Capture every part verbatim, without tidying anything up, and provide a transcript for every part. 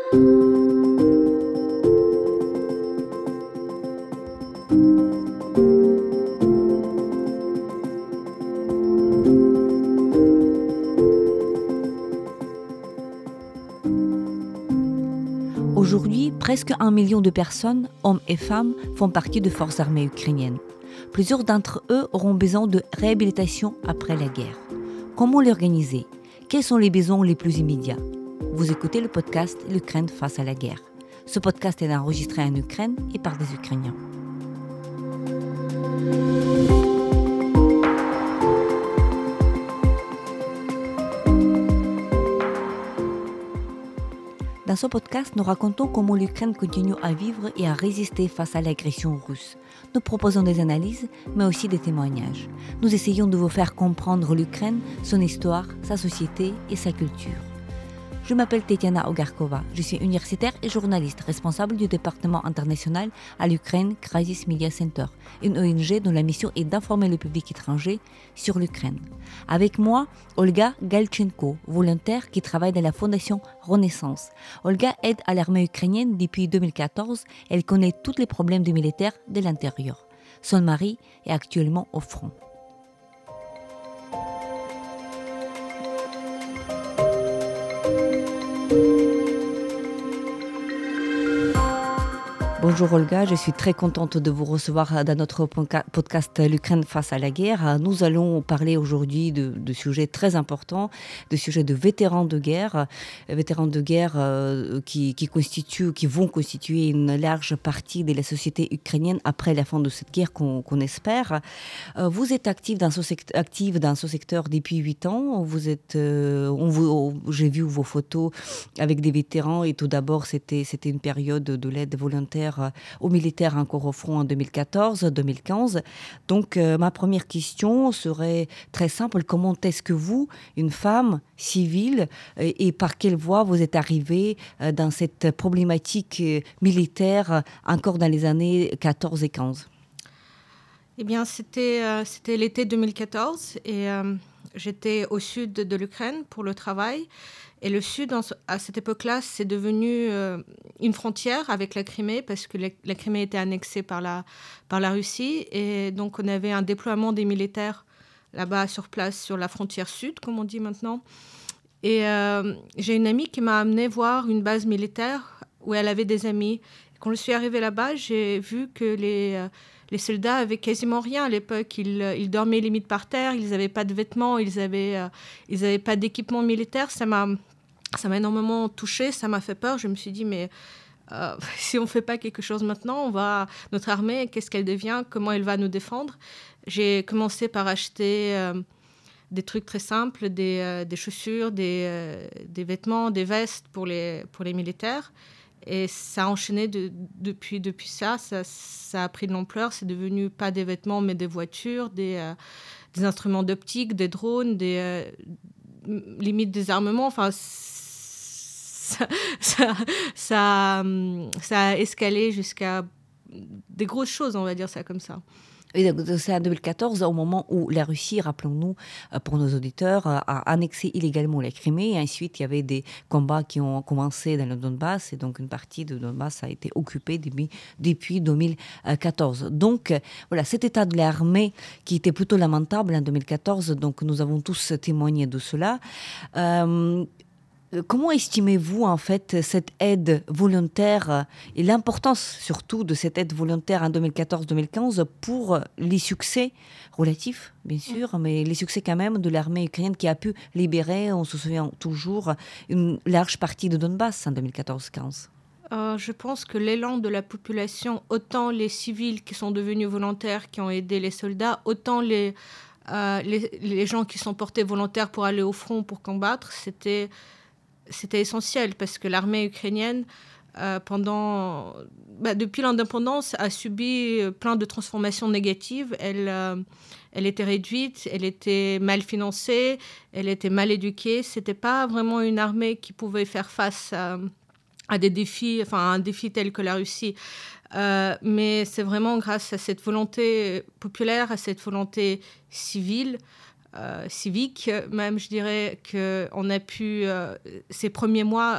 Aujourd'hui, presque un million de personnes, hommes et femmes, font partie des forces armées ukrainiennes. Plusieurs d'entre eux auront besoin de réhabilitation après la guerre. Comment l'organiser ? Quels sont les besoins les plus immédiats ? Vous écoutez le podcast « L'Ukraine face à la guerre ». Ce podcast est enregistré en Ukraine et par des Ukrainiens. Dans ce podcast, nous racontons comment l'Ukraine continue à vivre et à résister face à l'agression russe. Nous proposons des analyses, mais aussi des témoignages. Nous essayons de vous faire comprendre l'Ukraine, son histoire, sa société et sa culture. Je m'appelle Tetiana Ogarkova, je suis universitaire et journaliste, responsable du département international à l'Ukraine Crisis Media Center, une O N G dont la mission est d'informer le public étranger sur l'Ukraine. Avec moi, Olga Galchenko, volontaire qui travaille dans la fondation Renaissance. Olga aide à l'armée ukrainienne depuis deux mille quatorze, elle connaît tous les problèmes des militaires de l'intérieur. Son mari est actuellement au front. Bonjour Olga, je suis très contente de vous recevoir dans notre podcast L'Ukraine face à la guerre. Nous allons parler aujourd'hui de, de sujets très importants, de sujets de vétérans de guerre, vétérans de guerre euh, qui, qui constituent, qui vont constituer une large partie de la société ukrainienne après la fin de cette guerre qu'on, qu'on espère. Euh, vous êtes active dans ce secteur, active dans ce secteur depuis huit ans. Vous êtes, euh, on vous, j'ai vu vos photos avec des vétérans et tout d'abord c'était, c'était une période de l'aide volontaire aux militaires encore au front en deux mille quatorze deux mille quinze. Donc, euh, ma première question serait très simple. Comment est-ce que vous, une femme civile, euh, et par quelle voie vous êtes arrivée euh, dans cette problématique euh, militaire euh, encore dans les années quatorze et quinze ? Eh bien, c'était, euh, c'était l'été deux mille quatorze et euh, j'étais au sud de l'Ukraine pour le travail. Et le sud, à cette époque-là, c'est devenu euh, une frontière avec la Crimée parce que la, la Crimée était annexée par la, par la Russie. Et donc, on avait un déploiement des militaires là-bas sur place, sur la frontière sud, comme on dit maintenant. Et euh, j'ai une amie qui m'a amenée voir une base militaire où elle avait des amis. Quand je suis arrivée là-bas, j'ai vu que les... Euh, Les soldats avaient quasiment rien à l'époque. Ils, ils dormaient limite par terre, ils n'avaient pas de vêtements, ils n'avaient euh, ils avaient pas d'équipement militaire. Ça m'a, ça m'a énormément touchée, ça m'a fait peur. Je me suis dit, mais euh, si on ne fait pas quelque chose maintenant, on va, notre armée, qu'est-ce qu'elle devient ? Comment elle va nous défendre ? J'ai commencé par acheter euh, des trucs très simples, des, euh, des chaussures, des, euh, des vêtements, des vestes pour les, pour les militaires. Et ça a enchaîné de, depuis, depuis ça, ça, ça a pris de l'ampleur. C'est devenu pas des vêtements, mais des voitures, des, euh, des instruments d'optique, des drones, des, euh, limite des armements. Enfin, ça, ça, ça, ça a escalé jusqu'à des grosses choses, on va dire ça comme ça. Et donc, c'est en deux mille quatorze, au moment où la Russie, rappelons-nous, pour nos auditeurs, a annexé illégalement la Crimée. Et ensuite, il y avait des combats qui ont commencé dans le Donbass. Et donc, une partie de Donbass a été occupée depuis, depuis deux mille quatorze. Donc, voilà, cet état de l'armée qui était plutôt lamentable en deux mille quatorze. Donc, nous avons tous témoigné de cela. Euh, Comment estimez-vous en fait cette aide volontaire et l'importance surtout de cette aide volontaire en deux mille quatorze deux mille quinze pour les succès relatifs, bien sûr, mais les succès quand même de l'armée ukrainienne qui a pu libérer, on se souvient toujours, une large partie de Donbass en deux mille quatorze quinze ? Euh, je pense que l'élan de la population, autant les civils qui sont devenus volontaires, qui ont aidé les soldats, autant les, euh, les, les gens qui sont portés volontaires pour aller au front, pour combattre, c'était... C'était essentiel parce que l'armée ukrainienne, euh, pendant, bah, depuis l'indépendance, a subi plein de transformations négatives. Elle, euh, elle était réduite, elle était mal financée, elle était mal éduquée. Ce n'était pas vraiment une armée qui pouvait faire face à, à des défis, enfin à un défi tel que la Russie. Euh, mais c'est vraiment grâce à cette volonté populaire, à cette volonté civile, Euh, civique, même je dirais qu'on a pu, euh, ces premiers mois,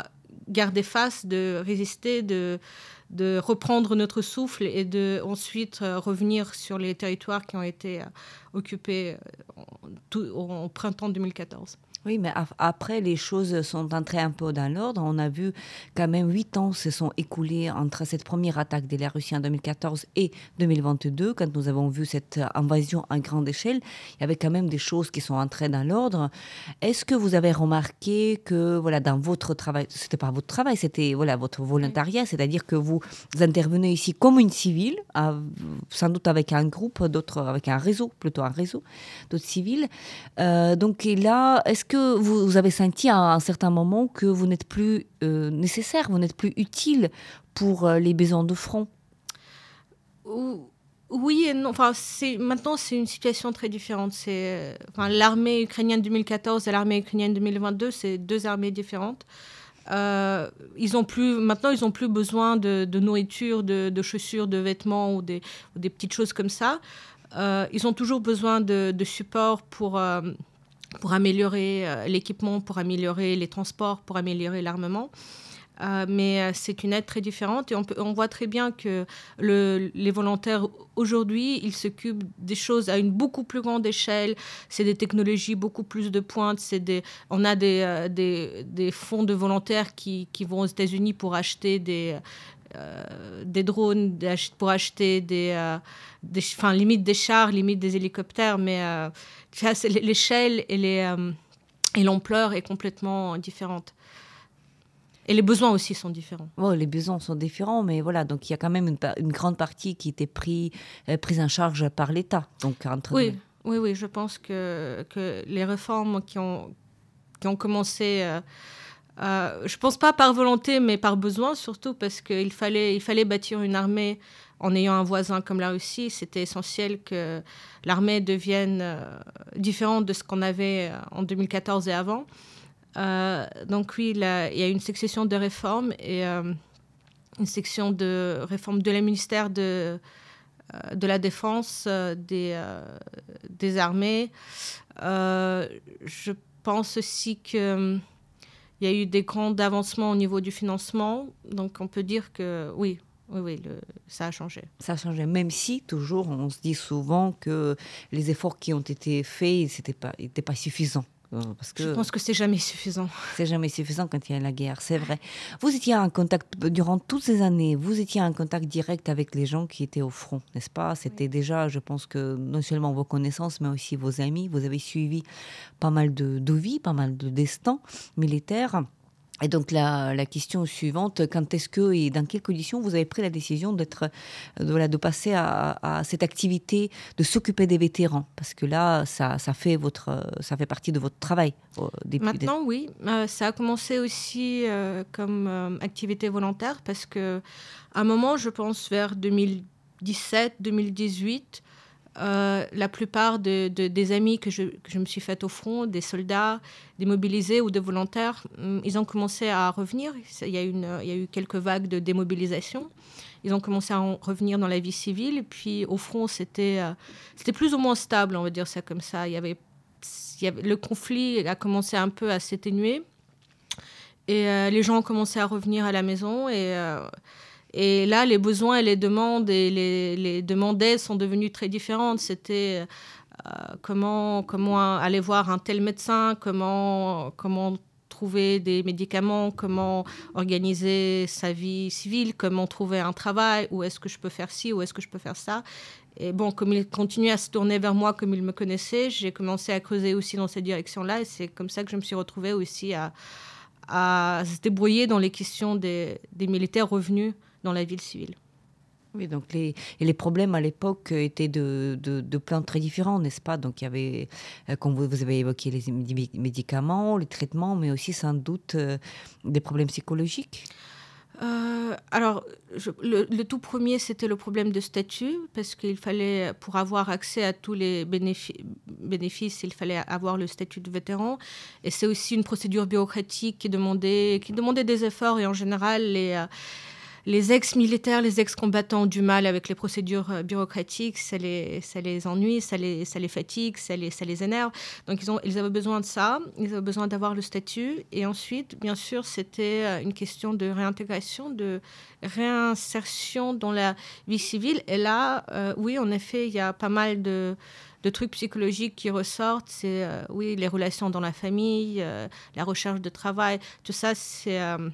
garder face, de résister, de, de reprendre notre souffle et de ensuite euh, revenir sur les territoires qui ont été euh, occupés euh, en, tout, en printemps deux mille quatorze. Oui, mais après, les choses sont entrées un peu dans l'ordre. On a vu quand même huit ans se sont écoulés entre cette première attaque de la Russie en deux mille quatorze et deux mille vingt-deux, quand nous avons vu cette invasion à grande échelle. Il y avait quand même des choses qui sont entrées dans l'ordre. Est-ce que vous avez remarqué que, voilà, dans votre travail, c'était pas votre travail, c'était voilà, votre volontariat, c'est-à-dire que vous intervenez ici comme une civile, à, sans doute avec un groupe, d'autres, avec un réseau, plutôt un réseau d'autres civils. Euh, donc là, est-ce que vous, vous avez senti à un certain moment que vous n'êtes plus euh, nécessaire, vous n'êtes plus utile pour euh, les besoins de front? Oui et non. Enfin, c'est, maintenant, c'est une situation très différente. C'est, enfin, l'armée ukrainienne deux mille quatorze et l'armée ukrainienne deux mille vingt-deux, c'est deux armées différentes. Euh, ils ont plus, maintenant, ils n'ont plus besoin de, de nourriture, de, de chaussures, de vêtements ou des, ou des petites choses comme ça. Euh, ils ont toujours besoin de, de support pour... Euh, pour améliorer euh, l'équipement, pour améliorer les transports, pour améliorer l'armement. Euh, mais euh, c'est une aide très différente et on, peut, on voit très bien que le, les volontaires, aujourd'hui, ils s'occupent des choses à une beaucoup plus grande échelle. C'est des technologies beaucoup plus de pointe. C'est des, on a des, euh, des, des fonds de volontaires qui, qui vont aux États-Unis pour acheter des... Euh, des drones, pour acheter des, euh, des, enfin, limite des chars, limite des hélicoptères, mais euh, l'échelle et, les, euh, et l'ampleur est complètement différente. Et les besoins aussi sont différents. Oh, les besoins sont différents, mais voilà, donc il y a quand même une, une grande partie qui était pris, euh, prise en charge par l'État. Donc, entre oui, nous... oui, oui, je pense que, que les réformes qui ont, qui ont commencé... Euh, Euh, je ne pense pas par volonté, mais par besoin, surtout parce qu'il fallait, il fallait bâtir une armée en ayant un voisin comme la Russie. C'était essentiel que l'armée devienne euh, différente de ce qu'on avait en deux mille quatorze et avant. Euh, donc oui, là, il y a une succession de réformes et euh, une section de réformes de la ministère de, euh, de la Défense, euh, des, euh, des armées. Euh, je pense aussi que... Il y a eu des grands avancements au niveau du financement. Donc, on peut dire que oui, oui, oui, le, ça a changé. Ça a changé, même si, toujours, on se dit souvent que les efforts qui ont été faits, ce n'étaient pas, pas suffisants. Parce que je pense que c'est jamais suffisant. C'est jamais suffisant quand il y a la guerre, c'est vrai. Vous étiez en contact, durant toutes ces années, vous étiez en contact direct avec les gens qui étaient au front, n'est-ce pas? C'était oui. Déjà, je pense que non seulement vos connaissances, mais aussi vos amis. Vous avez suivi pas mal de, de vies, pas mal de destins militaires. Et donc la, la question suivante, quand est-ce que et dans quelles conditions vous avez pris la décision d'être, de, voilà, de passer à, à cette activité, de s'occuper des vétérans? Parce que là, ça, ça, fait, votre, ça fait partie de votre travail. Depuis Maintenant, des... oui. Euh, ça a commencé aussi euh, comme euh, activité volontaire parce qu'à un moment, je pense vers deux mille dix-sept deux mille dix-huit, Euh, la plupart de, de, des amis que je, que je me suis faite au front, des soldats, des mobilisés ou des volontaires, ils ont commencé à revenir. Il y a, une, il y a eu quelques vagues de démobilisation. Ils ont commencé à revenir dans la vie civile. Et puis au front, c'était, euh, c'était plus ou moins stable, on va dire ça comme ça. Il y avait, il y avait, le conflit a commencé un peu à s'atténuer. Et euh, les gens ont commencé à revenir à la maison et... Euh, Et là, les besoins et les demandes et les, les demandes d'aide sont devenues très différentes. C'était euh, comment, comment aller voir un tel médecin, comment, comment trouver des médicaments, comment organiser sa vie civile, comment trouver un travail, où est-ce que je peux faire ci, où est-ce que je peux faire ça. Et bon, comme il continuait à se tourner vers moi comme il me connaissait, j'ai commencé à creuser aussi dans cette direction-là. Et c'est comme ça que je me suis retrouvée aussi à, à se débrouiller dans les questions des, des militaires revenus dans la ville civile. Oui, donc les, et les problèmes à l'époque étaient de, de, de plans très différents, n'est-ce pas? Donc il y avait, comme vous, vous avez évoqué, les médicaments, les traitements, mais aussi sans doute euh, des problèmes psychologiques. Euh, alors, je, le, le tout premier, c'était le problème de statut, parce qu'il fallait, pour avoir accès à tous les bénéfices, bénéfices, il fallait avoir le statut de vétéran. Et c'est aussi une procédure bureaucratique qui demandait, qui demandait des efforts, et en général, les... Euh, les ex-militaires, les ex-combattants ont du mal avec les procédures euh, bureaucratiques, ça les, ça les ennuie, ça les, ça les fatigue, ça les, ça les énerve. Donc ils, ont, ils avaient besoin de ça, ils avaient besoin d'avoir le statut. Et ensuite, bien sûr, c'était euh, une question de réintégration, de réinsertion dans la vie civile. Et là, euh, oui, en effet, il y a pas mal de... de trucs psychologiques qui ressortent, c'est euh, oui, les relations dans la famille, euh, la recherche de travail, tout ça, c'est, euh,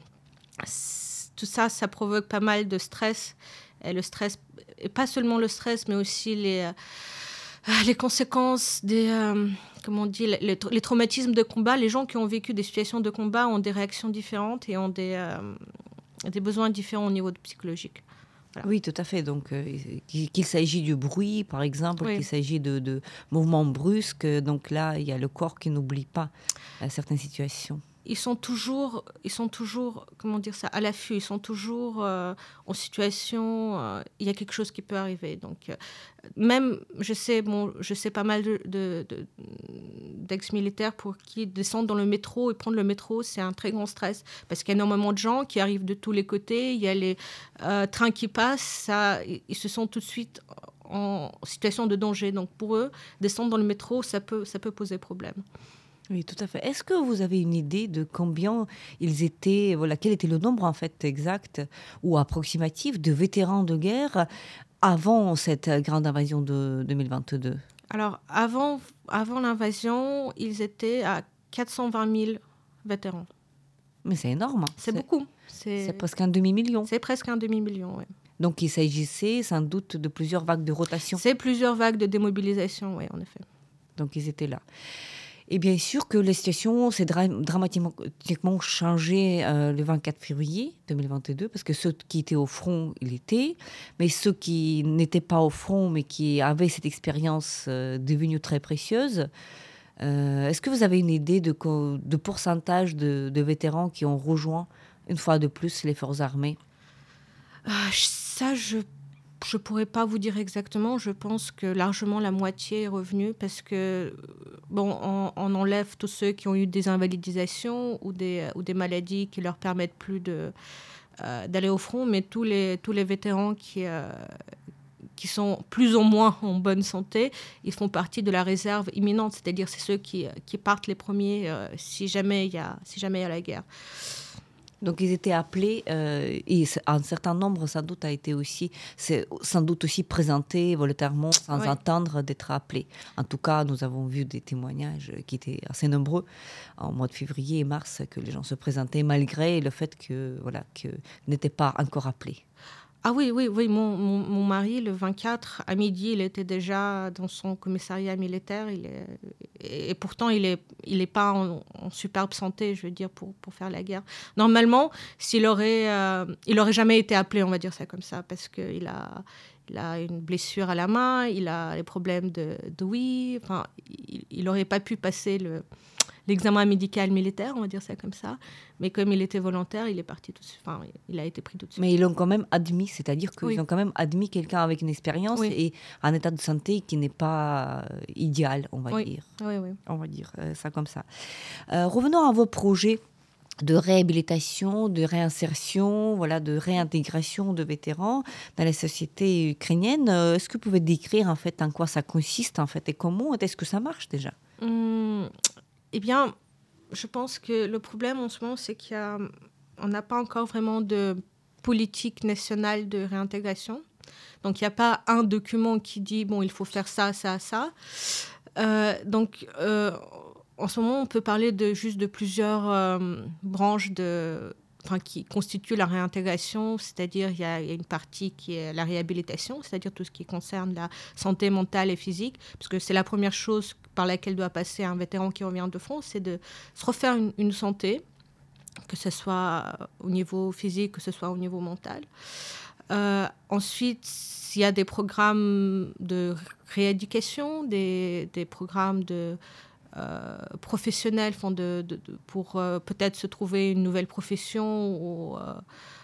c'est, tout ça, ça provoque pas mal de stress. Et le stress, et pas seulement le stress, mais aussi les, euh, les conséquences des, euh, comment on dit, les, les, les traumatismes de combat. Les gens qui ont vécu des situations de combat ont des réactions différentes et ont des, euh, des besoins différents au niveau psychologique. Voilà. Oui, tout à fait. Donc, euh, qu'il s'agit du bruit, par exemple, oui. qu'il s'agit de, de mouvements brusques. Donc là, il y a le corps qui n'oublie pas euh, certaines situations. Ils sont toujours, ils sont toujours, comment dire ça, à l'affût. Ils sont toujours euh, en situation. Euh, il y a quelque chose qui peut arriver. Donc, euh, même, je sais, bon, je sais pas mal de, de, de, d'ex-militaires pour qui descendre dans le métro et prendre le métro, c'est un très grand stress parce qu'il y a énormément de gens qui arrivent de tous les côtés. Il y a les euh, trains qui passent. Ça, ils se sont tout de suite en situation de danger. Donc, pour eux, descendre dans le métro, ça peut, ça peut poser problème. Oui, tout à fait. Est-ce que vous avez une idée de combien ils étaient, voilà, quel était le nombre en fait exact ou approximatif de vétérans de guerre avant cette grande invasion de deux mille vingt-deux ? Alors, avant, avant l'invasion, ils étaient à quatre cent vingt mille vétérans. Mais c'est énorme. C'est, c'est beaucoup. C'est, c'est presque un demi-million. C'est presque un demi-million, oui. Donc, il s'agissait sans doute de plusieurs vagues de rotation. C'est plusieurs vagues de démobilisation, oui, en effet. Donc, ils étaient là. Et bien sûr que la situation s'est dra- dramatiquement changée euh, le vingt-quatre février deux mille vingt-deux, parce que ceux qui étaient au front, ils l'étaient, mais ceux qui n'étaient pas au front, mais qui avaient cette expérience euh, devenue très précieuse, euh, est-ce que vous avez une idée de, de pourcentage de, de vétérans qui ont rejoint une fois de plus les forces armées ? euh, Ça, je Je ne pourrais pas vous dire exactement. Je pense que largement la moitié est revenue parce que, bon, on, on enlève tous ceux qui ont eu des invalidisations ou des, ou des maladies qui ne leur permettent plus de, euh, d'aller au front, mais tous les, tous les vétérans qui, euh, qui sont plus ou moins en bonne santé, ils font partie de la réserve imminente, c'est-à-dire c'est ceux qui, qui partent les premiers euh, si jamais il y a, si jamais il y a la guerre. Donc ils étaient appelés, euh, et un certain nombre sans doute a été aussi, c'est sans doute aussi présenté volontairement sans oui. attendre d'être appelés. En tout cas, nous avons vu des témoignages qui étaient assez nombreux en mois de février et mars, que les gens se présentaient malgré le fait que voilà, qu'ils n'étaient pas encore appelés. Ah oui, oui, oui. Mon, mon, mon mari, le vingt-quatre, à midi, il était déjà dans son commissariat militaire. Il est, et, et pourtant, il n'est il est pas en, en superbe santé, je veux dire, pour, pour faire la guerre. Normalement, s'il aurait, euh, il n'aurait jamais été appelé, on va dire ça comme ça, parce qu'il a, il a une blessure à la main, il a les problèmes de, de ouïe. Enfin, il n'aurait pas pu passer le... l'examen médical militaire, on va dire ça comme ça. Mais comme il était volontaire, il est parti tout de suite. Enfin, il a été pris tout de suite. Mais ils l'ont quand même admis, c'est-à-dire qu'ils oui. ont quand même admis quelqu'un avec une expérience oui. et un état de santé qui n'est pas euh, idéal, on va oui. dire. Oui, oui. On va dire euh, ça comme ça. Euh, revenons à vos projets de réhabilitation, de réinsertion, voilà, de réintégration de vétérans dans la société ukrainienne. Euh, est-ce que vous pouvez décrire en fait en quoi ça consiste en fait et comment est-ce que ça marche déjà ? hum... Eh bien, je pense que le problème en ce moment, c'est qu'on n'a pas encore vraiment de politique nationale de réintégration. Donc, il n'y a pas un document qui dit, bon, il faut faire ça, ça, ça. Euh, donc, euh, en ce moment, on peut parler de, juste de plusieurs euh, branches de... Enfin, qui constituent la réintégration, c'est-à-dire il y, a, il y a une partie qui est la réhabilitation, c'est-à-dire tout ce qui concerne la santé mentale et physique, parce que c'est la première chose par laquelle doit passer un vétéran qui revient de front, c'est de se refaire une, une santé, que ce soit au niveau physique, que ce soit au niveau mental. Euh, ensuite, il y a des programmes de rééducation, des, des programmes de... Euh, professionnels font de, de, de, pour euh, peut-être se trouver une nouvelle profession ou, euh,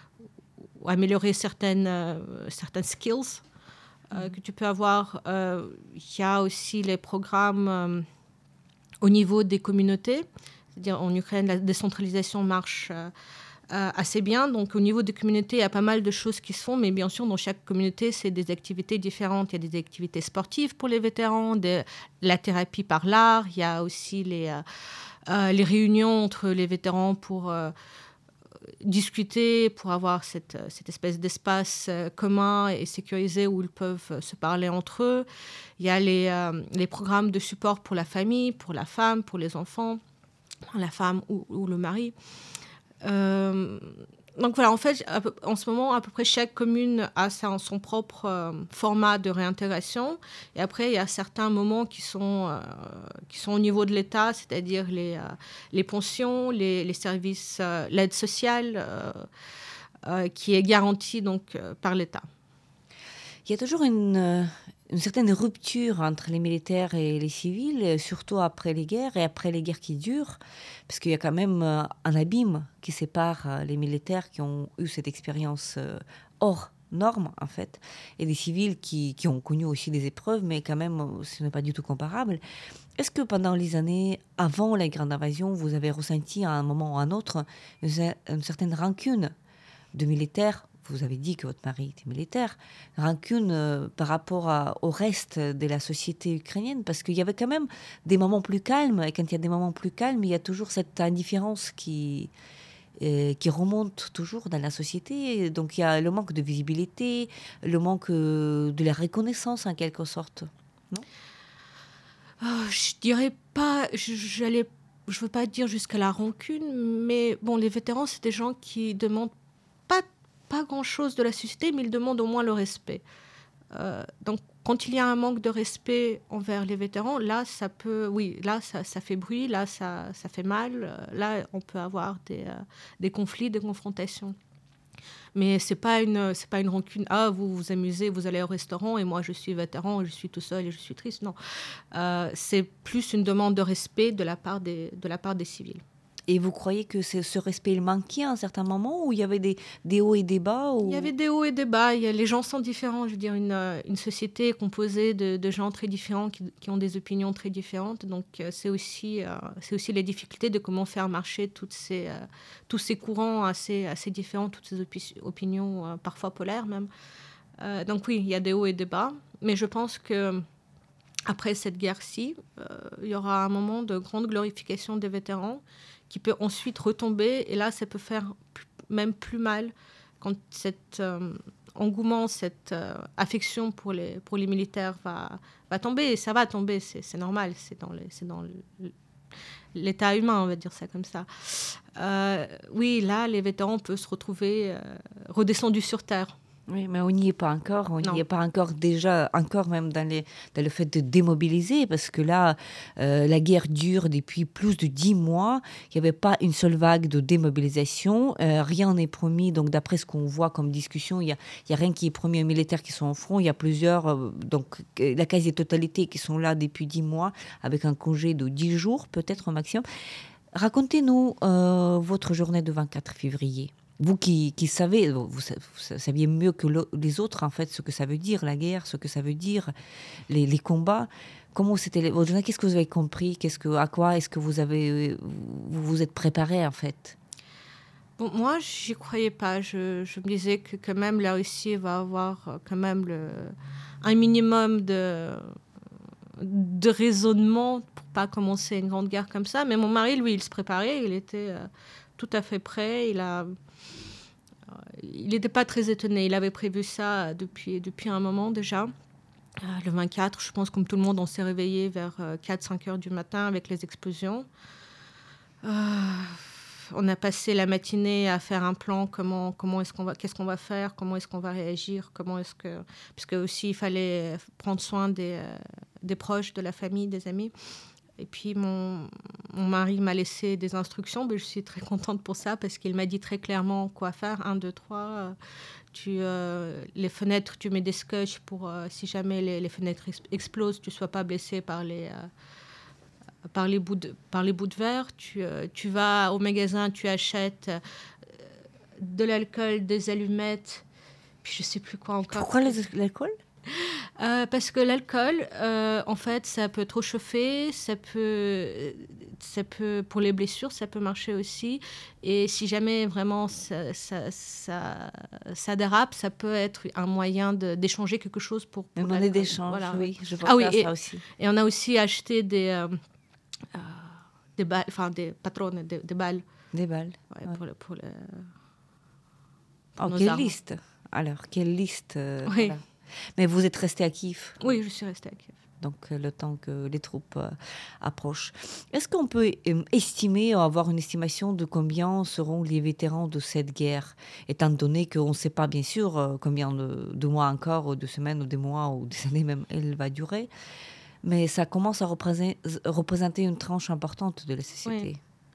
ou améliorer certaines, euh, certaines skills euh, mm-hmm. que tu peux avoir. Il euh, y a aussi les programmes euh, au niveau des communautés. C'est-à-dire en Ukraine, la décentralisation marche euh, euh, assez bien. Donc, au niveau des communautés, il y a pas mal de choses qui se font, mais bien sûr, dans chaque communauté, c'est des activités différentes. Il y a des activités sportives pour les vétérans, de la thérapie par l'art. Il y a aussi les, euh, euh, les réunions entre les vétérans pour euh, discuter, pour avoir cette, cette espèce d'espace euh, commun et sécurisé où ils peuvent se parler entre eux. Il y a les, euh, les programmes de support pour la famille, pour la femme, pour les enfants, la femme ou, ou le mari. Euh, donc voilà, en fait, en ce moment, à peu près chaque commune a sa, son propre euh, format de réintégration. Et après, il y a certains moments qui sont, euh, qui sont au niveau de l'État, c'est-à-dire les, euh, les pensions, les, les services, euh, l'aide sociale euh, euh, qui est garantie donc, euh, par l'État. Il y a toujours une, une certaine rupture entre les militaires et les civils, surtout après les guerres et après les guerres qui durent, parce qu'il y a quand même un abîme qui sépare les militaires qui ont eu cette expérience hors norme, en fait, et des civils qui, qui ont connu aussi des épreuves, mais quand même, ce n'est pas du tout comparable. Est-ce que pendant les années avant la Grande Invasion, vous avez ressenti à un moment ou à un autre une, une certaine rancune de militaires? Vous avez dit que votre mari était militaire, rancune euh, par rapport à, au reste de la société ukrainienne, parce qu'il y avait quand même des moments plus calmes, et quand il y a des moments plus calmes, il y a toujours cette indifférence qui, euh, qui remonte toujours dans la société. Donc il y a le manque de visibilité, le manque euh, de la reconnaissance en quelque sorte, non? Oh, je dirais pas, je, j'allais, je veux pas dire jusqu'à la rancune, mais bon, les vétérans, c'est des gens qui demandent pas pas grand-chose de la société, mais ils demandent au moins le respect. Euh, donc, quand il y a un manque de respect envers les vétérans, là, ça peut, oui, là, ça, ça fait bruit, là, ça, ça fait mal, là, on peut avoir des, euh, des conflits, des confrontations. Mais c'est pas une, c'est pas une rancune. Ah, vous vous amusez, vous allez au restaurant et moi, je suis vétéran, je suis tout seul et je suis triste. Non, euh, c'est plus une demande de respect de la part des, de la part des civils. Et vous croyez que ce respect il manquait à un certain moment, où il y avait des, des hauts et des bas ou... Il y avait des hauts et des bas. Il y a, les gens sont différents. Je veux dire, une, une société est composée de, de gens très différents qui, qui ont des opinions très différentes. Donc, c'est aussi, euh, c'est aussi les difficultés de comment faire marcher toutes ces, euh, tous ces courants assez, assez différents, toutes ces opi- opinions euh, parfois polaires même. Euh, donc oui, il y a des hauts et des bas. Mais je pense que après cette guerre-ci, euh, il y aura un moment de grande glorification des vétérans qui peut ensuite retomber. Et là, ça peut faire p- même plus mal quand cet euh, engouement, cette euh, affection pour les, pour les militaires va, va tomber. Et ça va tomber, c'est, c'est normal, c'est dans, les, c'est dans le, l'état humain, on va dire ça comme ça. Euh, oui, là, les vétérans peuvent se retrouver euh, redescendus sur terre. Oui, mais on n'y est pas encore. On Non. n'y est pas encore déjà, encore même dans, les, dans le fait de démobiliser, parce que là, euh, la guerre dure depuis plus de dix mois. Il n'y avait pas une seule vague de démobilisation. Euh, rien n'est promis. Donc, d'après ce qu'on voit comme discussion, il n'y a, il y a rien qui est promis aux militaires qui sont en front. Il y a plusieurs, euh, donc la quasi-totalité qui sont là depuis dix mois, avec un congé de dix jours, peut-être au maximum. Racontez-nous euh, votre journée de vingt-quatre février. Vous qui, qui savez, vous, vous saviez mieux que le, les autres, en fait, ce que ça veut dire, la guerre, ce que ça veut dire, les, les combats. Comment c'était votre journée? Qu'est-ce que vous avez compris? Qu'est-ce que, à quoi est-ce que vous avez, vous vous êtes préparé, en fait? Bon, moi, j'y croyais pas. Je, je me disais que quand même la Russie va avoir quand même le, un minimum de, de raisonnement pour pas commencer une grande guerre comme ça. Mais mon mari, lui, il se préparait. Il était euh, tout à fait prêt. Il a Il n'était pas très étonné. Il avait prévu ça depuis, depuis un moment déjà. Euh, le vingt-quatre, je pense, comme tout le monde, on s'est réveillé vers euh, quatre cinq heures du matin avec les explosions. Euh, on a passé la matinée à faire un plan. Comment, comment est-ce qu'on va, qu'est-ce qu'on va faire? Comment est-ce qu'on va réagir? Comment est-ce que... Parce que aussi, il fallait prendre soin des, euh, des proches, de la famille, des amis. Et puis, mon, mon mari m'a laissé des instructions. Mais je suis très contente pour ça parce qu'il m'a dit très clairement quoi faire. Un, deux, trois. Tu, euh, les fenêtres, tu mets des scotch pour, euh, si jamais les, les fenêtres ex- explosent, tu ne sois pas blessé par les, euh, par les, bouts, de, par les bouts de verre. Tu, euh, tu vas au magasin, tu achètes euh, de l'alcool, des allumettes, puis je ne sais plus quoi encore. Pourquoi les, l'alcool? Euh, parce que l'alcool, euh, en fait, ça peut trop chauffer, ça peut, ça peut, pour les blessures, ça peut marcher aussi. Et si jamais vraiment ça, ça, ça, ça dérape, ça peut être un moyen de, d'échanger quelque chose pour, pour Une monnaie d'échange, voilà. Oui, je vois ah, oui, à et, ça aussi. Et on a aussi acheté des, euh, euh, des balles, enfin des patrones, des, des balles. Des balles. Ouais, ouais. Pour le, pour le, pour oh, quelle armes. liste Alors, quelle liste euh, oui. Voilà. Mais vous êtes resté à Kiev? Oui, je suis restée à Kiev. Donc, euh, le temps que les troupes euh, approchent. Est-ce qu'on peut euh, estimer, avoir une estimation de combien seront les vétérans de cette guerre, étant donné qu'on ne sait pas, bien sûr, euh, combien de, de mois encore, ou de semaines, ou des mois, ou des années même, elle va durer. Mais ça commence à représenter, représenter une tranche importante de la société. Oui.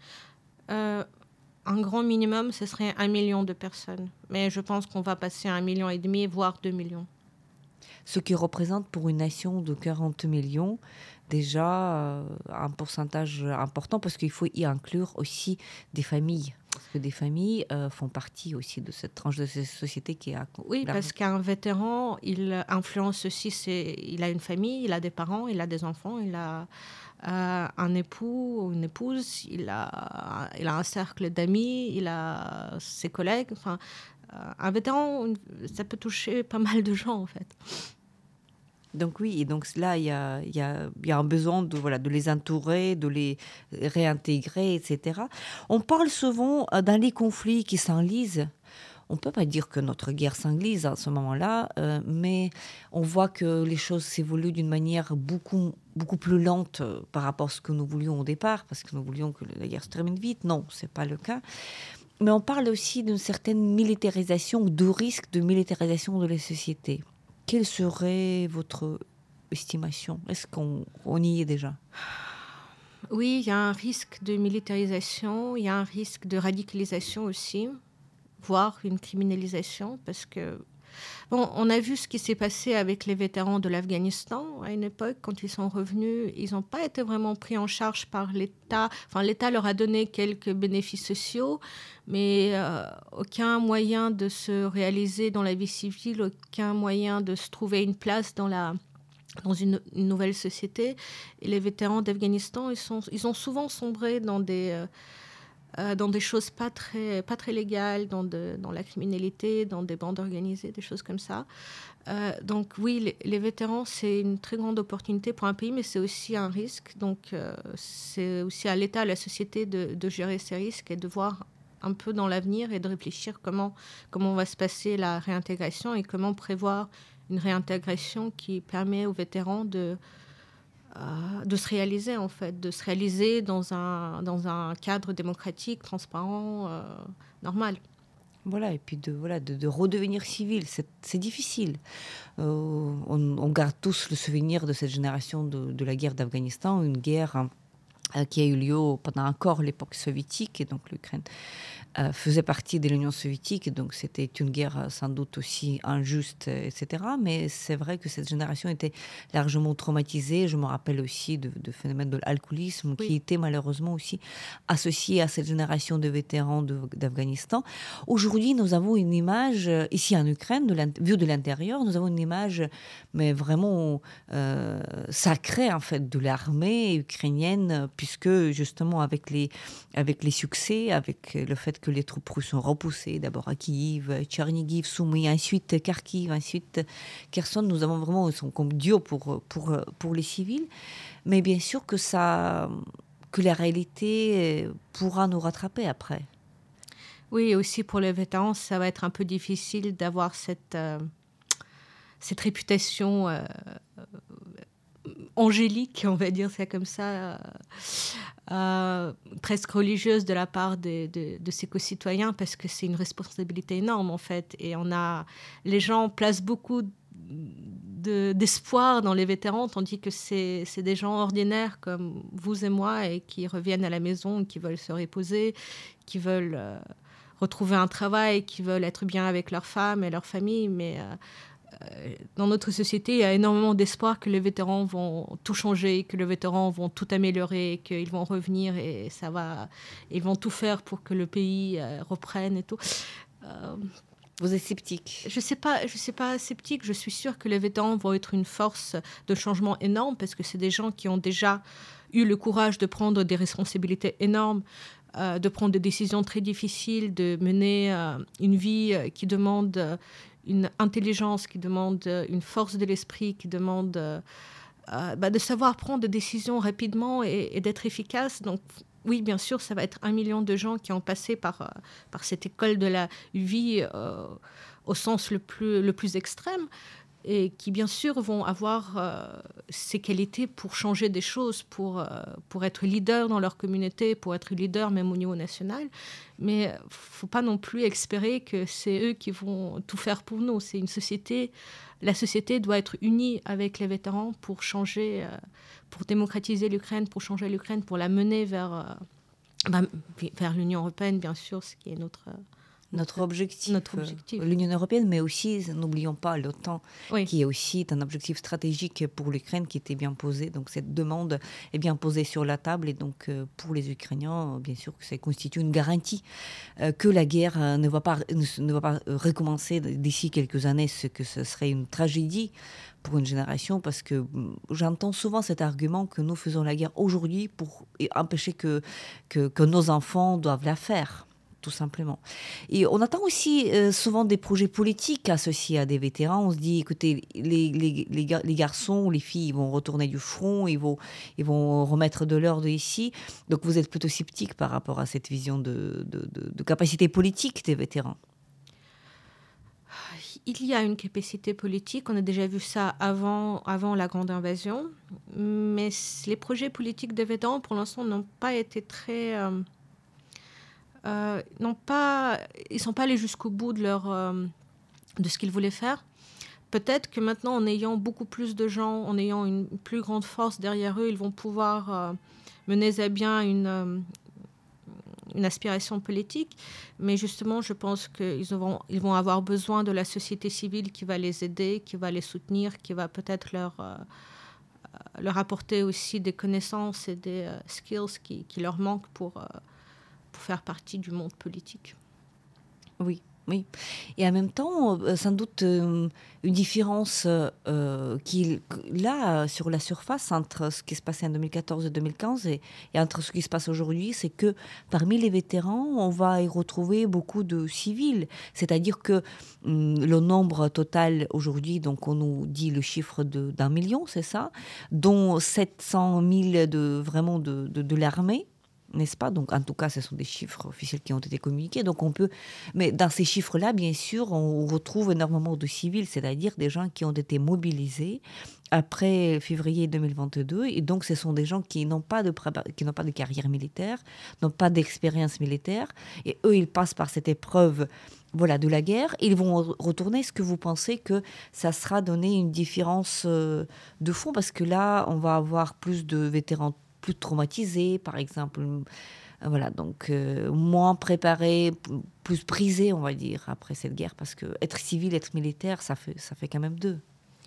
Euh, un grand minimum, ce serait un million de personnes. Mais je pense qu'on va passer à un million et demi, voire deux millions. Ce qui représente pour une nation de quarante millions déjà euh, un pourcentage important, parce qu'il faut y inclure aussi des familles. Parce que des familles euh, font partie aussi de cette tranche de cette société qui est... Oui, la... parce qu'un vétéran, il influence aussi, ses... il a une famille, il a des parents, il a des enfants, il a euh, un époux ou une épouse, il a, il a un cercle d'amis, il a ses collègues. Enfin, euh, un vétéran, ça peut toucher pas mal de gens, en fait. Donc oui, et donc là, il y a, y a, y a un besoin de, voilà, de les entourer, de les réintégrer, et cetera. On parle souvent euh, dans les conflits qui s'enlisent. On ne peut pas dire que notre guerre s'enlise à ce moment-là, euh, mais on voit que les choses s'évoluent d'une manière beaucoup, beaucoup plus lente par rapport à ce que nous voulions au départ, parce que nous voulions que la guerre se termine vite. Non, ce n'est pas le cas. Mais on parle aussi d'une certaine militarisation, ou de risque de militarisation de la société. Quelle serait votre estimation? Est-ce qu'on on y est déjà? Oui, il y a un risque de militarisation, il y a un risque de radicalisation aussi, voire une criminalisation, parce que bon, on a vu ce qui s'est passé avec les vétérans de l'Afghanistan à une époque. Quand ils sont revenus, ils n'ont pas été vraiment pris en charge par l'État. Enfin, l'État leur a donné quelques bénéfices sociaux, mais euh, aucun moyen de se réaliser dans la vie civile, aucun moyen de se trouver une place dans la dans une, une nouvelle société. Et les vétérans d'Afghanistan, ils, sont, ils ont souvent sombré dans des... Euh, Euh, dans des choses pas très, pas très légales, dans, de, dans la criminalité, dans des bandes organisées, des choses comme ça. Euh, donc oui, les, les vétérans, c'est une très grande opportunité pour un pays, mais c'est aussi un risque. Donc euh, c'est aussi à l'État, à la société de, de gérer ces risques et de voir un peu dans l'avenir et de réfléchir comment, comment va se passer la réintégration et comment prévoir une réintégration qui permet aux vétérans de... de se réaliser, en fait, de se réaliser dans un, dans un cadre démocratique, transparent, euh, normal. Voilà, et puis de, voilà, de, de redevenir civil, c'est, c'est difficile. Euh, on, on garde tous le souvenir de cette génération de, de la guerre d'Afghanistan, une guerre euh, qui a eu lieu pendant encore l'époque soviétique, et donc l'Ukraine euh, faisait partie de l'Union soviétique, donc c'était une guerre euh, sans doute aussi injuste, et cetera. Mais c'est vrai que cette génération était largement traumatisée. Je me rappelle aussi de, de phénomènes de l'alcoolisme oui. qui étaient malheureusement aussi associés à cette génération de vétérans de, d'Afghanistan. Aujourd'hui, nous avons une image, ici en Ukraine, de vue de l'intérieur, nous avons une image mais vraiment euh, sacrée en fait, de l'armée ukrainienne, puisque justement avec les, avec les succès, avec le fait que que les troupes russes sont repoussées, d'abord à Kiev, Tchernigiv, Soumy, ensuite Kharkiv, ensuite Kherson. Nous avons vraiment, ils sont comme Dieu pour, pour, pour les civils. Mais bien sûr que, ça, que la réalité pourra nous rattraper après. Oui, et aussi pour les vétérans, ça va être un peu difficile d'avoir cette, euh, cette réputation euh, angélique, on va dire ça comme ça, euh, presque religieuse de la part de, de, de ses concitoyens, parce que c'est une responsabilité énorme en fait. Et on a, les gens placent beaucoup de, d'espoir dans les vétérans, tandis que c'est, c'est des gens ordinaires comme vous et moi, et qui reviennent à la maison, qui veulent se reposer, qui veulent euh, retrouver un travail, qui veulent être bien avec leur femme et leur famille, mais euh, dans notre société, il y a énormément d'espoir que les vétérans vont tout changer, que les vétérans vont tout améliorer, qu'ils vont revenir et ça va, ils vont tout faire pour que le pays euh, reprenne et tout. Euh, Vous êtes sceptique? Je ne sais pas, je sais pas sceptique. Je suis sûre que les vétérans vont être une force de changement énorme parce que c'est des gens qui ont déjà eu le courage de prendre des responsabilités énormes, euh, de prendre des décisions très difficiles, de mener euh, une vie euh, qui demande euh, une intelligence, qui demande euh, une force de l'esprit, qui demande euh, euh, bah, de savoir prendre des décisions rapidement et, et d'être efficace. Donc, oui, bien sûr, ça va être un million de gens qui ont passé par, euh, par cette école de la vie euh, au sens le plus, le plus extrême et qui, bien sûr, vont avoir euh, ces qualités pour changer des choses, pour, euh, pour être leader dans leur communauté, pour être leader même au niveau national. Mais il ne faut pas non plus espérer que c'est eux qui vont tout faire pour nous. C'est une société, la société doit être unie avec les vétérans pour changer, euh, pour démocratiser l'Ukraine, pour changer l'Ukraine, pour la mener vers, euh, bah, vers l'Union européenne, bien sûr, ce qui est notre... Euh, Notre objectif, notre objectif. Euh, l'Union européenne, mais aussi, n'oublions pas, l'OTAN, oui. qui est aussi un objectif stratégique pour l'Ukraine qui était bien posé. Donc cette demande est bien posée sur la table et donc euh, pour les Ukrainiens, bien sûr que ça constitue une garantie euh, que la guerre euh, ne va pas, ne, ne va pas recommencer d'ici quelques années, ce que ce serait une tragédie pour une génération, parce que j'entends souvent cet argument que nous faisons la guerre aujourd'hui pour empêcher que, que, que nos enfants doivent la faire. Tout simplement. Et on attend aussi euh, souvent des projets politiques associés à des vétérans. On se dit, écoutez, les, les, les, gar- les garçons ou les filles ils vont retourner du front, ils vont, ils vont remettre de l'ordre ici. Donc vous êtes plutôt sceptique par rapport à cette vision de, de, de, de capacité politique des vétérans. Il y a une capacité politique, on a déjà vu ça avant, avant la grande invasion, mais les projets politiques des vétérans, pour l'instant, n'ont pas été très... Euh, Euh, n'ont pas, ils ne sont pas allés jusqu'au bout de, leur, euh, de ce qu'ils voulaient faire. Peut-être que maintenant, en ayant beaucoup plus de gens, en ayant une plus grande force derrière eux, ils vont pouvoir euh, mener à bien une, euh, une aspiration politique. Mais justement, je pense qu'ils vont, ils vont avoir besoin de la société civile qui va les aider, qui va les soutenir, qui va peut-être leur, euh, leur apporter aussi des connaissances et des euh, skills qui, qui leur manquent pour... Euh, pour faire partie du monde politique. Oui, oui. Et en même temps, euh, sans doute, euh, une différence euh, qui, là, sur la surface, entre ce qui se passait en deux mille quatorze et deux mille quinze et, et entre ce qui se passe aujourd'hui, c'est que parmi les vétérans, on va y retrouver beaucoup de civils. C'est-à-dire que hum, le nombre total aujourd'hui, donc on nous dit le chiffre de, d'un million, c'est ça, dont sept cent mille de, vraiment de, de, de l'armée. N'est-ce pas? Donc, en tout cas, ce sont des chiffres officiels qui ont été communiqués. Donc, on peut... Mais dans ces chiffres-là, bien sûr, on retrouve énormément de civils, c'est-à-dire des gens qui ont été mobilisés après février deux mille vingt-deux. Et donc, ce sont des gens qui n'ont pas de, qui n'ont pas de carrière militaire, n'ont pas d'expérience militaire. Et eux, ils passent par cette épreuve voilà, de la guerre. Ils vont retourner. Est-ce que vous pensez que ça sera donné une différence de fond? Parce que là, on va avoir plus de vétérans plus traumatisés, par exemple. Voilà, donc euh, moins préparés, plus brisés, on va dire, après cette guerre. Parce que être civil, être militaire, ça fait, ça fait quand même deux.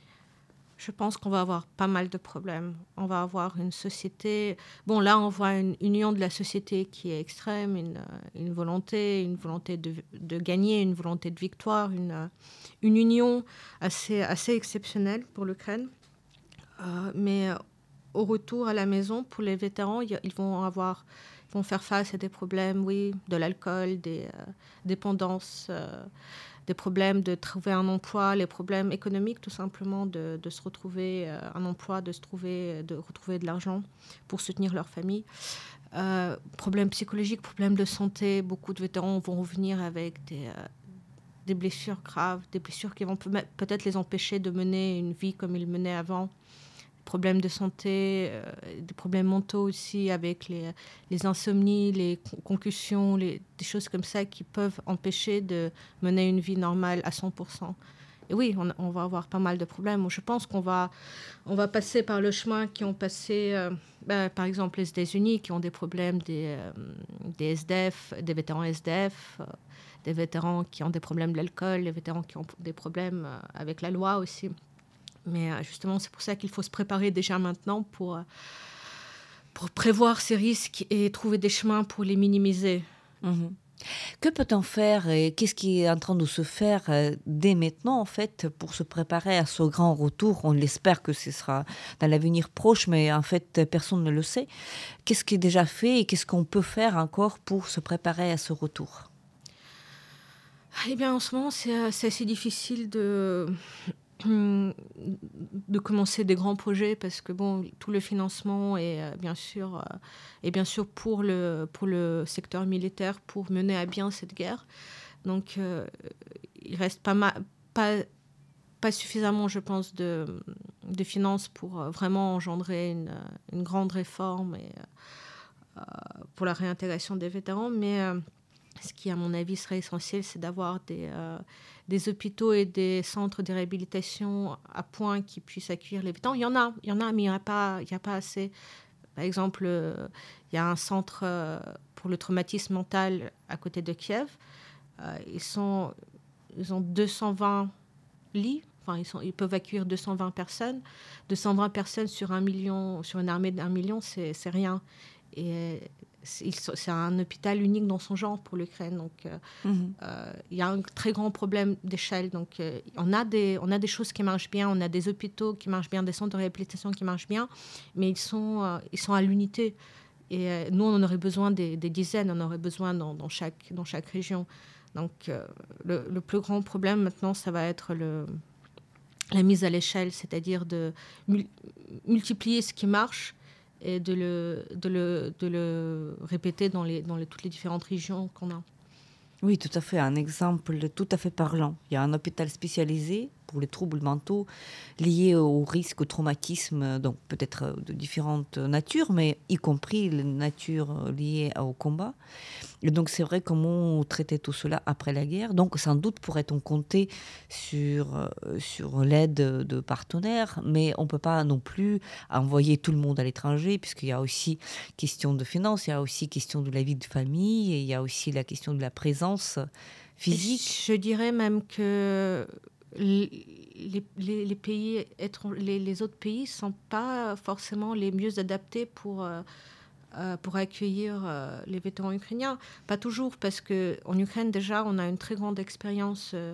Je pense qu'on va avoir pas mal de problèmes. On va avoir une société... Bon, là, on voit une union de la société qui est extrême, une, une volonté, une volonté de, de gagner, une volonté de victoire, une, une union assez, assez exceptionnelle pour l'Ukraine. Euh, mais au retour à la maison, pour les vétérans, ils vont avoir... Ils vont faire face à des problèmes, oui, de l'alcool, des euh, dépendances... Euh, des problèmes de trouver un emploi, les problèmes économiques tout simplement de, de se retrouver euh, un emploi, de se trouver, de retrouver de l'argent pour soutenir leur famille. Euh, problèmes psychologiques, problèmes de santé. Beaucoup de vétérans vont revenir avec des, euh, des blessures graves, des blessures qui vont peut-être les empêcher de mener une vie comme ils menaient avant. Problèmes de santé, euh, des problèmes mentaux aussi avec les, les insomnies, les concussions, les, des choses comme ça qui peuvent empêcher de mener une vie normale à cent pour cent. Et oui, on, on va avoir pas mal de problèmes. Je pense qu'on va, on va passer par le chemin qui ont passé, euh, ben, par exemple, les États-Unis qui ont des problèmes des, euh, des S D F, des vétérans S D F, euh, des vétérans qui ont des problèmes de l'alcool, les vétérans qui ont des problèmes euh, avec la loi aussi. Mais justement, c'est pour ça qu'il faut se préparer déjà maintenant pour, pour prévoir ces risques et trouver des chemins pour les minimiser. Mmh. Que peut-on faire et qu'est-ce qui est en train de se faire euh, dès maintenant, en fait, pour se préparer à ce grand retour? On l'espère que ce sera dans l'avenir proche, mais en fait, personne ne le sait. Qu'est-ce qui est déjà fait et qu'est-ce qu'on peut faire encore pour se préparer à ce retour? Eh bien, en ce moment, c'est, euh, c'est assez difficile de, de commencer des grands projets parce que bon, tout le financement est euh, bien sûr, euh, est bien sûr pour le, pour le secteur militaire pour mener à bien cette guerre. Donc, euh, il reste pas, ma- pas, pas suffisamment, je pense, de, de finances pour euh, vraiment engendrer une, une grande réforme et, euh, pour la réintégration des vétérans. Mais euh, ce qui, à mon avis, serait essentiel, c'est d'avoir des, euh, des hôpitaux et des centres de réhabilitation à point qui puissent accueillir les vétérans. Il y en a, il y en a, mais il n'y en a pas, il y a pas assez. Par exemple, euh, il y a un centre euh, pour le traumatisme mental à côté de Kiev. Euh, ils, sont, ils ont deux cent vingt lits. Enfin, ils, sont, ils peuvent accueillir deux cent vingt personnes. deux cent vingt personnes sur un million, sur une armée d'un million, c'est, c'est rien. Et c'est, c'est un hôpital unique dans son genre pour l'Ukraine. Donc, euh, Mhm. euh, il y a un très grand problème d'échelle. Donc, euh, on, a des, on a des choses qui marchent bien, on a des hôpitaux qui marchent bien, des centres de réhabilitation qui marchent bien, mais ils sont, euh, ils sont à l'unité. Et euh, nous, on aurait besoin des, des dizaines, on aurait besoin dans, dans, chaque, dans chaque région. Donc, euh, le, le plus grand problème maintenant, ça va être le, la mise à l'échelle, c'est-à-dire de mul- multiplier ce qui marche et de le, de le, de le répéter dans, les, dans les, toutes les différentes régions qu'on a. Oui, tout à fait. Un exemple tout à fait parlant. Il y a un hôpital spécialisé pour les troubles mentaux liés au risque, au traumatisme, donc peut-être de différentes natures, mais y compris les natures liées au combat. Et donc c'est vrai comment traiter tout cela après la guerre. Donc sans doute pourrait-on compter sur, euh, sur l'aide de partenaires, mais on ne peut pas non plus envoyer tout le monde à l'étranger, puisqu'il y a aussi question de finances, il y a aussi question de la vie de famille, et il y a aussi la question de la présence physique. Je dirais même que les, les, les pays, les, les autres pays ne sont pas forcément les mieux adaptés pour... Euh, Euh, pour accueillir euh, les vétérans ukrainiens. Pas toujours, parce qu'en Ukraine, déjà, on a une très grande expérience euh,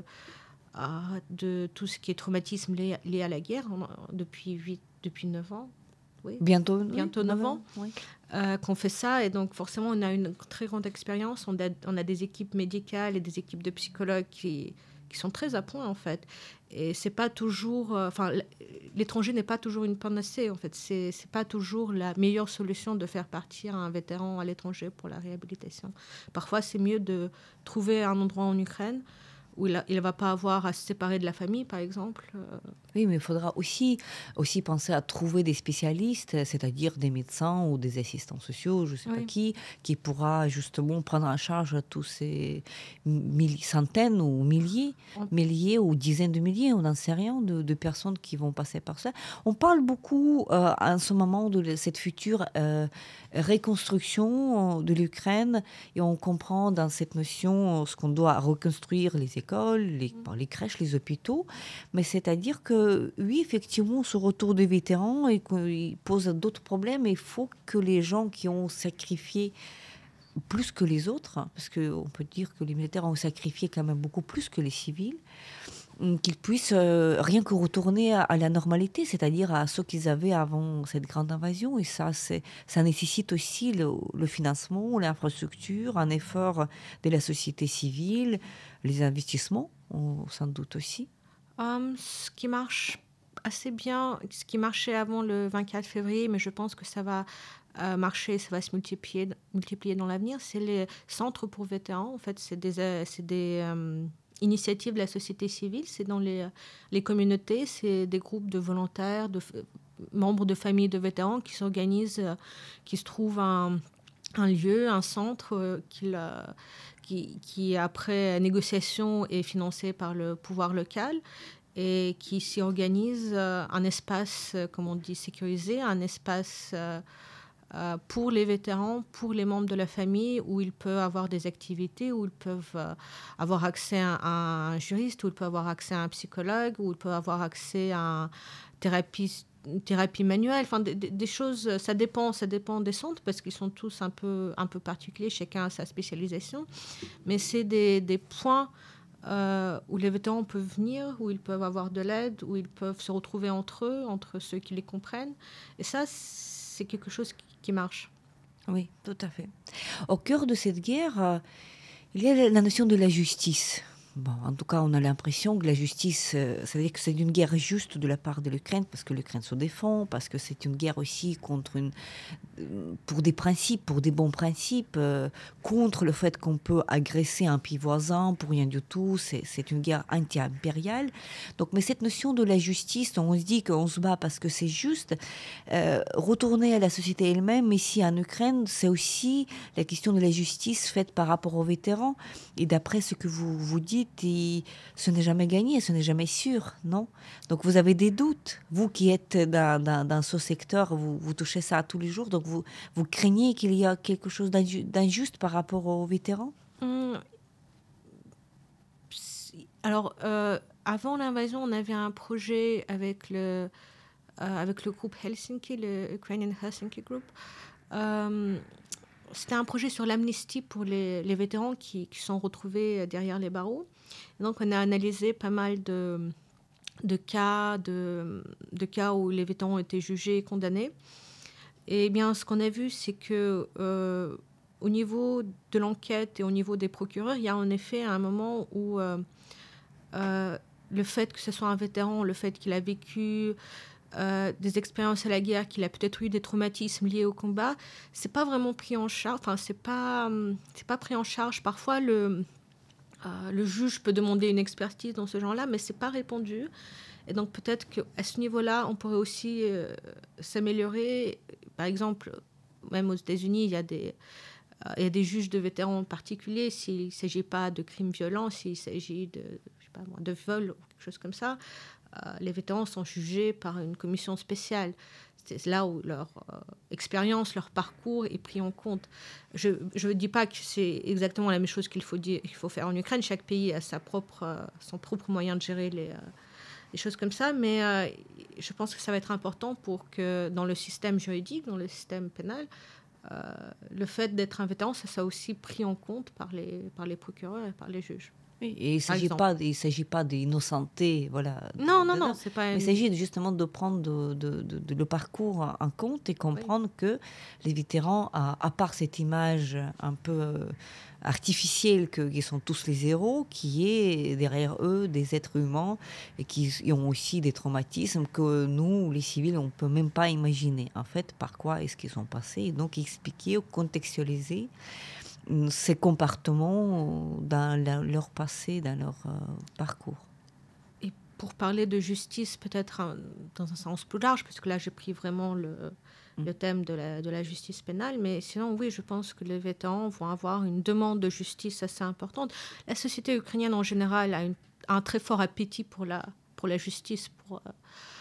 de tout ce qui est traumatisme lié, lié à la guerre on, depuis, huit, depuis neuf ans. Oui. Bientôt, Bientôt oui, neuf ans, oui. euh, qu'on fait ça. Et donc, forcément, on a une très grande expérience. On a, on a des équipes médicales et des équipes de psychologues qui, qui sont très à point, en fait. Et c'est pas toujours... Enfin, euh, l'étranger n'est pas toujours une panacée, en fait. C'est, c'est pas toujours la meilleure solution de faire partir un vétéran à l'étranger pour la réhabilitation. Parfois, c'est mieux de trouver un endroit en Ukraine où il ne va pas avoir à se séparer de la famille, par exemple. Oui, mais il faudra aussi, aussi penser à trouver des spécialistes, c'est-à-dire des médecins ou des assistants sociaux, je ne sais Oui. pas qui, qui pourra justement prendre en charge tous ces milli- centaines ou milliers, On... milliers ou dizaines de milliers, on n'en sait rien, de, de personnes qui vont passer par ça. On parle beaucoup euh, en ce moment de cette future euh, reconstruction de l'Ukraine et on comprend dans cette notion ce qu'on doit reconstruire les écoles, les, mm. les crèches, les hôpitaux, mais c'est-à-dire que oui, effectivement, ce retour des vétérans et qu'il pose d'autres problèmes. Il faut que les gens qui ont sacrifié plus que les autres, parce qu'on peut dire que les militaires ont sacrifié quand même beaucoup plus que les civils, qu'ils puissent euh, rien que retourner à, à la normalité, c'est-à-dire à ce qu'ils avaient avant cette grande invasion. Et ça, c'est, ça nécessite aussi le, le financement, l'infrastructure, un effort de la société civile, les investissements, sans doute aussi. Um, ce qui marche assez bien, ce qui marchait avant le vingt-quatre février, mais je pense que ça va euh, marcher, ça va se multiplier, multiplier dans l'avenir, c'est les centres pour vétérans. En fait, c'est des, euh, c'est des euh, initiatives de la société civile, c'est dans les, les communautés, c'est des groupes de volontaires, de f- membres de familles de vétérans qui s'organisent, euh, qui se trouvent un, un lieu, un centre euh, qui, euh, qui, qui, après négociation, est financé par le pouvoir local et qui s'y organise euh, un espace, euh, comme on dit, sécurisé, un espace euh, euh, pour les vétérans, pour les membres de la famille, où ils peuvent avoir des activités, où ils peuvent euh, avoir accès à un juriste, où ils peuvent avoir accès à un psychologue, où ils peuvent avoir accès à un thérapeute, une thérapie manuelle, enfin des, des choses, ça dépend, ça dépend des centres parce qu'ils sont tous un peu, un peu particuliers, chacun a sa spécialisation, mais c'est des, des points euh, où les vétérans peuvent venir, où ils peuvent avoir de l'aide, où ils peuvent se retrouver entre eux, entre ceux qui les comprennent, et ça c'est quelque chose qui, qui marche. Oui, tout à fait. Au cœur de cette guerre, euh, il y a la notion de la justice. Bon, en tout cas, on a l'impression que la justice, euh, ça veut dire que c'est une guerre juste de la part de l'Ukraine, parce que l'Ukraine se défend, parce que c'est une guerre aussi contre une, pour des principes, pour des bons principes, euh, contre le fait qu'on peut agresser un pays voisin pour rien du tout. C'est, c'est une guerre anti-impériale. Donc, mais cette notion de la justice, dont on se dit qu'on se bat parce que c'est juste, euh, retourner à la société elle-même, ici en Ukraine, c'est aussi la question de la justice faite par rapport aux vétérans. Et d'après ce que vous vous dites, il, ce n'est jamais gagné, ce n'est jamais sûr, non? Donc, vous avez des doutes. Vous qui êtes dans, dans, dans ce secteur, vous, vous touchez ça tous les jours. Donc, vous, vous craignez qu'il y a quelque chose d'inju- d'injuste par rapport aux vétérans? Hum, alors, euh, avant l'invasion, on avait un projet avec le, euh, avec le groupe Helsinki, le Ukrainian Helsinki Group. Euh, c'était un projet sur l'amnistie pour les, les vétérans qui, qui sont retrouvés derrière les barreaux. Et donc, on a analysé pas mal de, de, cas, de, de cas où les vétérans ont été jugés et condamnés. Et bien, ce qu'on a vu, c'est que euh, au niveau de l'enquête et au niveau des procureurs, il y a en effet un moment où euh, euh, le fait que ce soit un vétéran, le fait qu'il a vécu euh, des expériences à la guerre, qu'il a peut-être eu des traumatismes liés au combat, c'est pas vraiment pris en charge. Enfin, c'est pas, c'est pas pris en charge. Parfois, le, euh, le juge peut demander une expertise dans ce genre-là, mais c'est pas répandu. Et donc peut-être qu'à ce niveau-là, on pourrait aussi euh, s'améliorer. Par exemple, même aux États-Unis, il y a des, euh, il y a des juges de vétérans particuliers. S'il ne s'agit pas de crimes violents, s'il s'agit de, je sais pas moi, de vol ou quelque chose comme ça, euh, les vétérans sont jugés par une commission spéciale. C'est là où leur euh, expérience, leur parcours est pris en compte. Je ne dis pas que c'est exactement la même chose qu'il faut, dire, qu'il faut faire en Ukraine. Chaque pays a sa propre, euh, son propre moyen de gérer les... Euh, des choses comme ça, mais euh, je pense que ça va être important pour que dans le système juridique, dans le système pénal, euh, le fait d'être un vétéran, ça soit aussi pris en compte par les, par les procureurs et par les juges. Oui, et il ne s'agit pas, il s'agit pas d'innocenté, voilà. Non, de, non, de, non, c'est pas. Mais il s'agit justement de prendre de, de, de, de le parcours en compte et comprendre oui. que les vétérans, à, à part cette image un peu euh, artificielle que, qu'ils sont tous les héros, qui est derrière eux des êtres humains et qui ont aussi des traumatismes que nous, les civils, on ne peut même pas imaginer. En fait, par quoi est-ce qu'ils sont passés, et donc expliquer ou contextualiser ces comportements dans la, leur passé, dans leur euh, parcours. Et pour parler de justice, peut-être un, dans un sens plus large, parce que là j'ai pris vraiment le, mm. le thème de la, de la justice pénale, mais sinon oui, je pense que les vétérans vont avoir une demande de justice assez importante. La société ukrainienne en général a une, un très fort appétit pour la, pour la justice, pour, euh,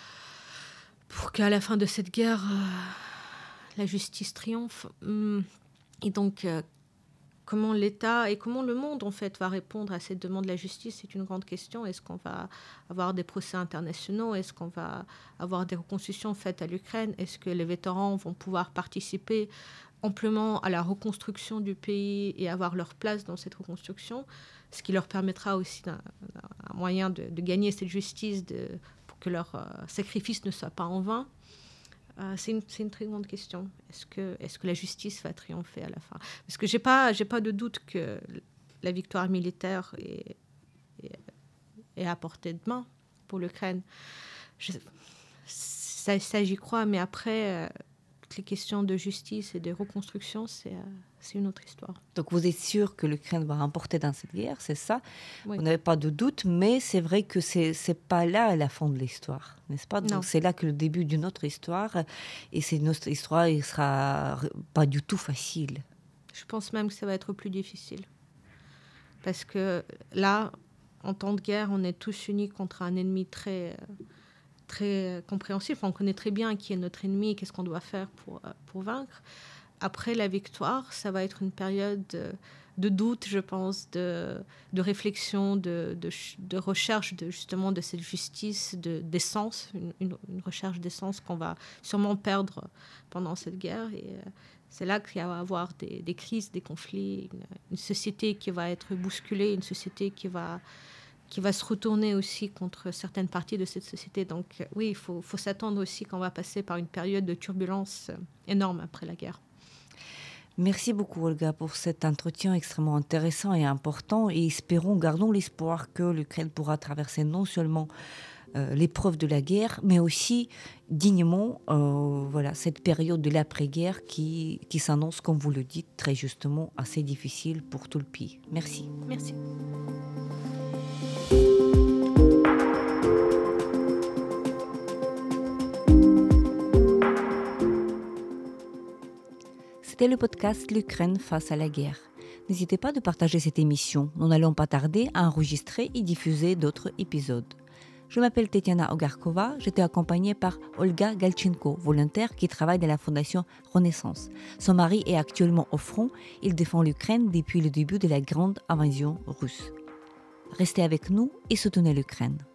pour qu'à la fin de cette guerre, euh, la justice triomphe. Et donc, euh, comment l'État et comment le monde, en fait, va répondre à cette demande de la justice, c'est une grande question. Est-ce qu'on va avoir des procès internationaux? Est-ce qu'on va avoir des reconstructions faites à l'Ukraine? Est-ce que les vétérans vont pouvoir participer amplement à la reconstruction du pays et avoir leur place dans cette reconstruction? Ce qui leur permettra aussi d'un, d'un moyen de, de gagner cette justice, de, pour que leur euh, sacrifice ne soit pas en vain. Euh, c'est, une, c'est une très grande question. Est-ce que, est-ce que la justice va triompher à la fin? Parce que je n'ai pas, j'ai pas de doute que la victoire militaire est, est, est à portée de main pour l'Ukraine. Je, ça, ça, j'y crois, mais après, euh, toutes les questions de justice et de reconstruction, c'est, euh, c'est une autre histoire. Donc vous êtes sûr que l'Ukraine va remporter dans cette guerre, c'est ça? Oui. Vous n'avez pas de doute, mais c'est vrai que c'est c'est pas là la fin de l'histoire, n'est-ce pas? Donc non. C'est là que le début d'une autre histoire, et c'est une autre histoire, il sera pas du tout facile. Je pense même que ça va être plus difficile, parce que là, en temps de guerre, on est tous unis contre un ennemi très très compréhensif. On connaît très bien qui est notre ennemi, qu'est-ce qu'on doit faire pour pour vaincre. après la victoire, ça va être une période de, de doute, je pense, de, de réflexion, de, de, de recherche de, justement de cette justice, de, d'essence, une, une, une recherche d'essence qu'on va sûrement perdre pendant cette guerre. Et euh, c'est là qu'il va y avoir des, des crises, des conflits, une, une société qui va être bousculée, une société qui va, qui va se retourner aussi contre certaines parties de cette société. Donc oui, il faut, faut s'attendre aussi qu'on va passer par une période de turbulence énorme après la guerre. Merci beaucoup Olga pour cet entretien extrêmement intéressant et important, et espérons, gardons l'espoir que l'Ukraine pourra traverser non seulement euh, l'épreuve de la guerre, mais aussi dignement euh, voilà, cette période de l'après-guerre qui, qui s'annonce, comme vous le dites très justement, assez difficile pour tout le pays. Merci. Merci. C'était le podcast L'Ukraine face à la guerre. N'hésitez pas de partager cette émission. Nous n'allons pas tarder à enregistrer et diffuser d'autres épisodes. Je m'appelle Tetiana Ogarkova, j'étais accompagnée par Olga Galchenko, volontaire qui travaille dans la fondation Renaissance. Son mari est actuellement au front, il défend l'Ukraine depuis le début de la grande invasion russe. Restez avec nous et soutenez l'Ukraine.